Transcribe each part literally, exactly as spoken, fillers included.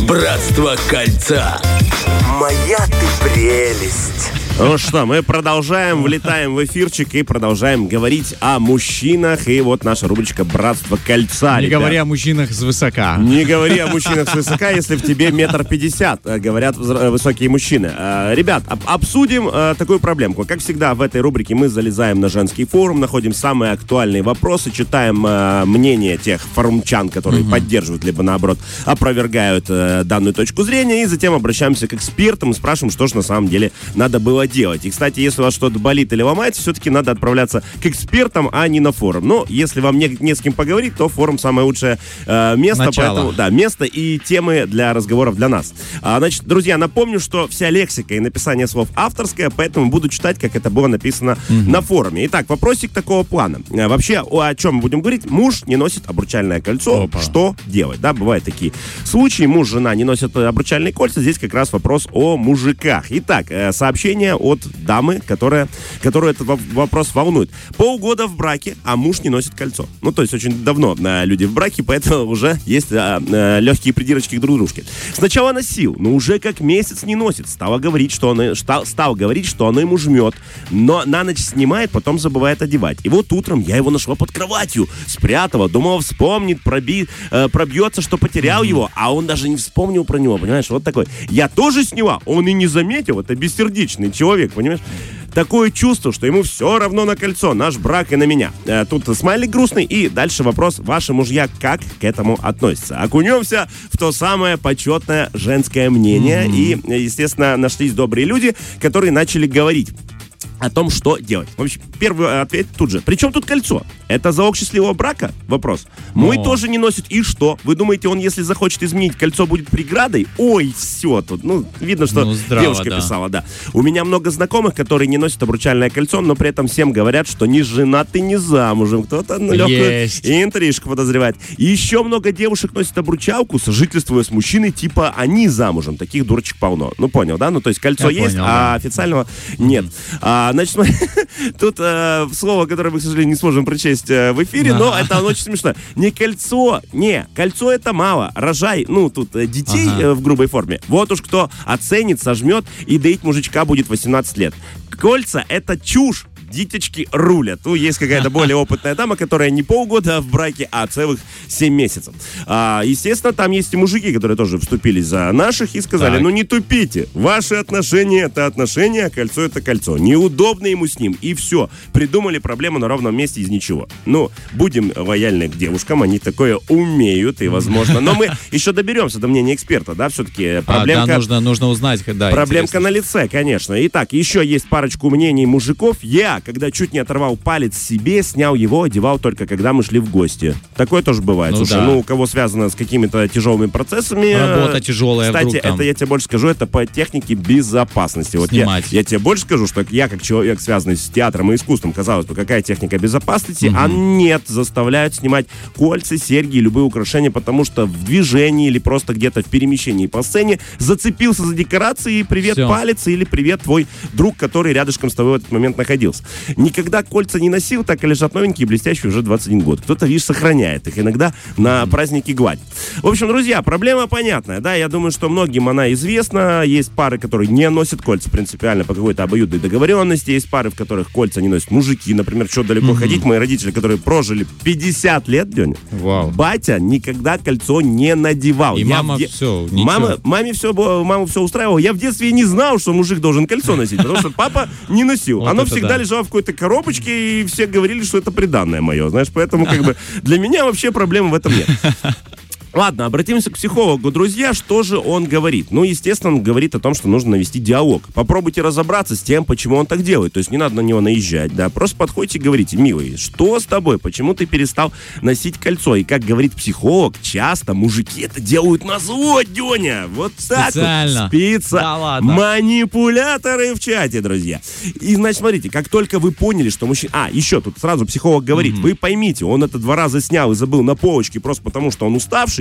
Братство кольца. Моя ты прелесть. Ну что, мы продолжаем, влетаем в эфирчик и продолжаем говорить о мужчинах. И вот наша рубричка «Братство кольца». Не ребят. говори о мужчинах свысока. Не говори о мужчинах свысока, если в тебе метр пятьдесят, говорят высокие мужчины. Ребят, обсудим такую проблемку. Как всегда, в этой рубрике мы залезаем на женский форум, находим самые актуальные вопросы, читаем мнение тех форумчан, которые угу. поддерживают, либо наоборот опровергают данную точку зрения, и затем обращаемся к экспертам и спрашиваем, что же на самом деле надо было делать. И, кстати, если у вас что-то болит или ломается, все-таки надо отправляться к экспертам, а не на форум. Но если вам не, не с кем поговорить, то форум самое лучшее э, место. Начало. Поэтому, да, место и темы для разговоров для нас. А, значит, друзья, напомню, что вся лексика и написание слов авторская, поэтому буду читать, как это было написано mm-hmm. на форуме. Итак, вопросик такого плана. А, вообще, о, о чем мы будем говорить? Муж не носит обручальное кольцо. Опа. Что делать? Да, бывают такие случаи. Муж, жена не носят обручальные кольца. Здесь как раз вопрос о мужиках. Итак, э, сообщение от дамы, которая, которую этот вопрос волнует. Полгода в браке, а муж не носит кольцо. Ну, то есть очень давно э, люди в браке, поэтому уже есть э, э, легкие придирочки к друг дружке. Сначала носил, но уже как месяц не носит. Стала говорить, что он, стал, стал говорить, что оно ему жмет, но на ночь снимает, потом забывает одевать. И вот утром я его нашла под кроватью, спрятала, думала, вспомнит, проби, э, пробьется, что потерял mm-hmm. его, а он даже не вспомнил про него, понимаешь? Вот такой. Я тоже сняла, он и не заметил, это бессердечный человек, понимаешь? Такое чувство, что ему все равно на кольцо, наш брак и на меня. Тут смайлик грустный, и дальше вопрос: ваши мужья как к этому относятся? Окунемся в то самое почетное женское мнение, mm-hmm. и, естественно, нашлись добрые люди, которые начали говорить о том, что делать. В общем, первый ответ тут же. Причем тут кольцо? Это залог счастливого брака? Вопрос. Мой О. тоже не носит. И что? Вы думаете, он, если захочет изменить, кольцо будет преградой? Ой, все тут. Ну, видно, что ну, здраво, девушка да. писала, да. У меня много знакомых, которые не носят обручальное кольцо, но при этом всем говорят, что не женаты, не замужем. Кто-то на легкую интрижку подозревает. И еще много девушек носят обручалку, сожительствуя с мужчиной, типа они замужем. Таких дурочек полно. Ну, понял, да? Ну, то есть кольцо Я есть, понял, а да. официального нет. А, значит, тут э, слово, которое мы, к сожалению, не сможем прочесть э, в эфире, но ага. это оно очень смешно. Не кольцо, не, кольцо это мало. Рожай, ну, тут э, детей ага. э, в грубой форме. Вот уж кто оценит, сожмет, и доить мужичка будет восемнадцать лет. Кольца это чушь. Дитячки рулят. Ну, есть какая-то более опытная дама, которая не полгода в браке, а целых семь месяцев. А, естественно, там есть и мужики, которые тоже вступились за наших и сказали, так. ну не тупите, ваши отношения это отношения, а кольцо это кольцо. Неудобно ему с ним. И все. Придумали проблему на ровном месте из ничего. Ну, будем лояльны к девушкам, они такое умеют, и возможно. Но мы еще доберемся до мнения эксперта, да, все-таки проблемка... А, да, нужно, нужно узнать, когда. Проблемка на лице, конечно. Итак, еще есть парочку мнений мужиков. Я когда чуть не оторвал палец себе, снял его, одевал только когда мы шли в гости. Такое тоже бывает. Ну, Слушай, да. ну, у кого связано с какими-то тяжелыми процессами... Работа тяжелая. Кстати, вдруг, это я тебе больше скажу, это по технике безопасности. Вот я, я тебе больше скажу, что я, как человек, связанный с театром и искусством, казалось бы, какая техника безопасности, угу. а нет, заставляют снимать кольца, серьги и любые украшения, потому что в движении или просто где-то в перемещении по сцене зацепился за декорации, привет, Все. палец, или привет, твой друг, который рядышком с тобой в этот момент находился. Никогда кольца не носил, так и лежат новенькие, блестящие уже двадцать один год. Кто-то, видишь, сохраняет их, иногда на mm-hmm. праздники гладь. В общем, друзья, проблема понятная, да, я думаю, что многим она известна. Есть пары, которые не носят кольца принципиально по какой-то обоюдной договоренности, есть пары, в которых кольца не носят мужики, например, что далеко mm-hmm. ходить, мои родители, которые прожили пятьдесят лет, Деня, wow. батя никогда кольцо не надевал. И я мама де... все, мама, маме все, маму все устраивало. Я в детстве не знал, что мужик должен кольцо носить, потому что папа не носил. Вот Оно всегда да. лежало в какой-то коробочке, и все говорили, что это приданное мое, знаешь, поэтому как бы для меня вообще проблем в этом нет. Ладно, обратимся к психологу, друзья. Что же он говорит? Ну, естественно, он говорит о том, что нужно навести диалог. Попробуйте разобраться с тем, почему он так делает. То есть не надо на него наезжать, да. Просто подходите и говорите: милый, что с тобой? Почему ты перестал носить кольцо? И, как говорит психолог, часто мужики это делают назло, Деня. Вот так Специально. вот. Специально. Да ладно. Манипуляторы в чате, друзья. И, значит, смотрите, как только вы поняли, что мужчина... А, еще тут сразу психолог говорит, mm-hmm. вы поймите, он это два раза снял и забыл на полочке просто потому, что он уставший.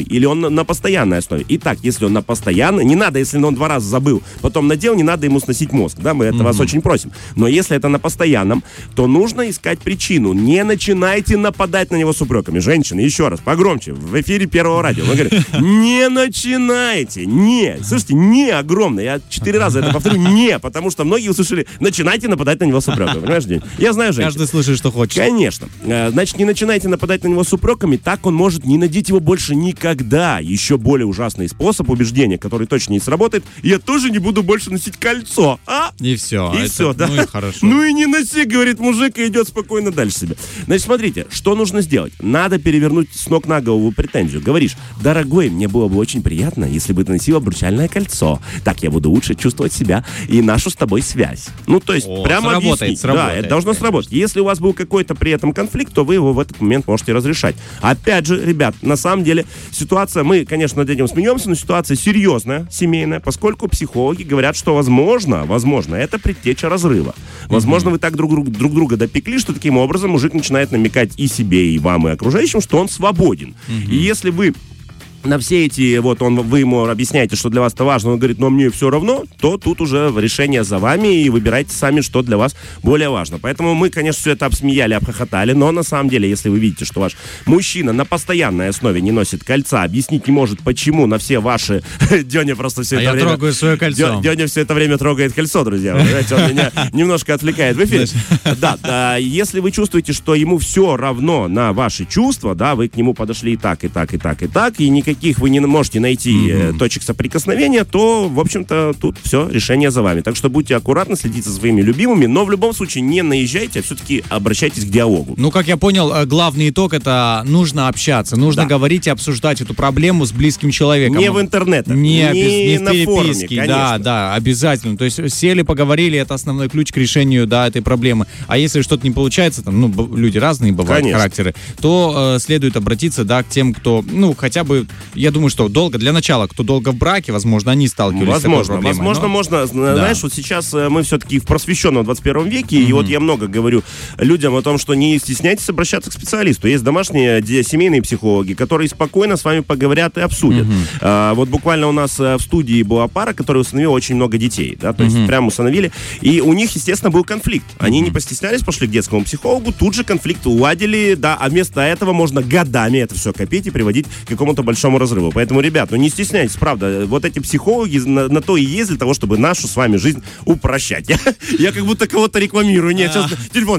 или он на, на постоянной основе. Итак, если он на постоянной, не надо, если он два раза забыл, потом надел, не надо ему сносить мозг, да, мы это mm-hmm. вас очень просим. Но если это на постоянном, то нужно искать причину. Не начинайте нападать на него с упреками. Женщины, еще раз, погромче, в эфире Первого радио. Мы говорим, не начинайте, не. Слушайте, не огромное. Я четыре раза это повторю, не, потому что многие услышали, начинайте нападать на него с упреками. Понимаешь, День? Я знаю женщин. Каждый слушает, что хочет. Конечно. Значит, не начинайте нападать на него с упреками, так он может не надеть его больше никогда. Еще более ужасный способ убеждения, который точно не сработает, я тоже не буду больше носить кольцо. А? И все. И это, все, да. Ну и хорошо. Ну и не носи, говорит мужик, и идет спокойно дальше себе. Значит, смотрите, что нужно сделать? Надо перевернуть с ног на голову претензию. Говоришь, дорогой, мне было бы очень приятно, если бы ты носил обручальное кольцо. Так я буду лучше чувствовать себя и нашу с тобой связь. Ну, то есть, О, прямо сработает, объяснить. сработает, да, это должно конечно. сработать. Если у вас был какой-то при этом конфликт, то вы его в этот момент можете разрешать. Опять же, ребят, на самом деле, ситуация, мы, конечно, над этим смеемся, но ситуация серьезная, семейная, поскольку психологи говорят, что возможно, возможно, это предтеча разрыва. Возможно, mm-hmm. вы так друг, друг, друг друга допекли, что таким образом мужик начинает намекать и себе, и вам, и окружающим, что он свободен. Mm-hmm. И если вы на все эти, вот он, вы ему объясняете, что для вас это важно, он говорит, но мне все равно, то тут уже решение за вами, и выбирайте сами, что для вас более важно. Поэтому мы, конечно, все это обсмеяли, обхохотали, но на самом деле, если вы видите, что ваш мужчина на постоянной основе не носит кольца, объяснить не может, почему на все ваши... Деня просто все а это я время... трогаю свое кольцо. Деня все это время трогает кольцо, друзья. Вы знаете, он меня немножко отвлекает в эфире. Да, да, если вы чувствуете, что ему все равно на ваши чувства, да, вы к нему подошли и так, и так, и так, и так, и никаких каких вы не можете найти mm-hmm. точек соприкосновения, то, в общем-то, тут все, решение за вами. Так что будьте аккуратны, следите за своими любимыми, но в любом случае не наезжайте, а все-таки обращайтесь к диалогу. Ну, как я понял, главный итог — это нужно общаться, нужно да. говорить и обсуждать эту проблему с близким человеком. Не в интернете, не, не, не в на форуме, переписке. Да, да, обязательно. То есть сели, поговорили, это основной ключ к решению, да, этой проблемы. А если что-то не получается, там, ну, люди разные бывают, конечно. Характеры, то э, следует обратиться, да, к тем, кто, ну, хотя бы, я думаю, что долго, для начала, кто долго в браке, возможно, они сталкивались возможно, с такой проблемой. Возможно, но... можно. Знаешь, да. вот сейчас мы все-таки в просвещенном двадцать первом веке, mm-hmm. и вот я много говорю людям о том, что не стесняйтесь обращаться к специалисту. Есть домашние семейные психологи, которые спокойно с вами поговорят и обсудят. Mm-hmm. А, вот буквально у нас в студии была пара, которая усыновила очень много детей, да, то mm-hmm. есть прямо усыновили, и у них, естественно, был конфликт. Они mm-hmm. не постеснялись, пошли к детскому психологу, тут же конфликт уладили, да, а вместо этого можно годами это все копить и приводить к какому-то большому разрыву. Поэтому, ребят, ну не стесняйтесь, правда, вот эти психологи на, на то и есть для того, чтобы нашу с вами жизнь упрощать. Я, я как будто кого-то рекламирую. Нет, сейчас телефон.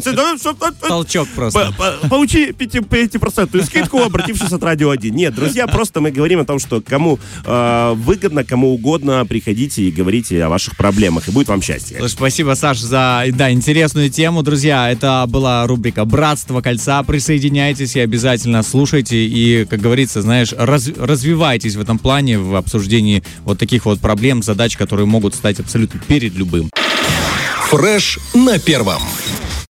Толчок просто. Получи пятипроцентную скидку, обратившись от Радио один. Нет, друзья, просто мы говорим о том, что кому э, выгодно, кому угодно, приходите и говорите о ваших проблемах, и будет вам счастье. Спасибо, Саш, за да, интересную тему. Друзья, это была рубрика «Братство кольца». Присоединяйтесь и обязательно слушайте. И, как говорится, знаешь, раз, развивайтесь в этом плане, в обсуждении вот таких вот проблем, задач, которые могут стать абсолютно перед любым. Фреш на первом.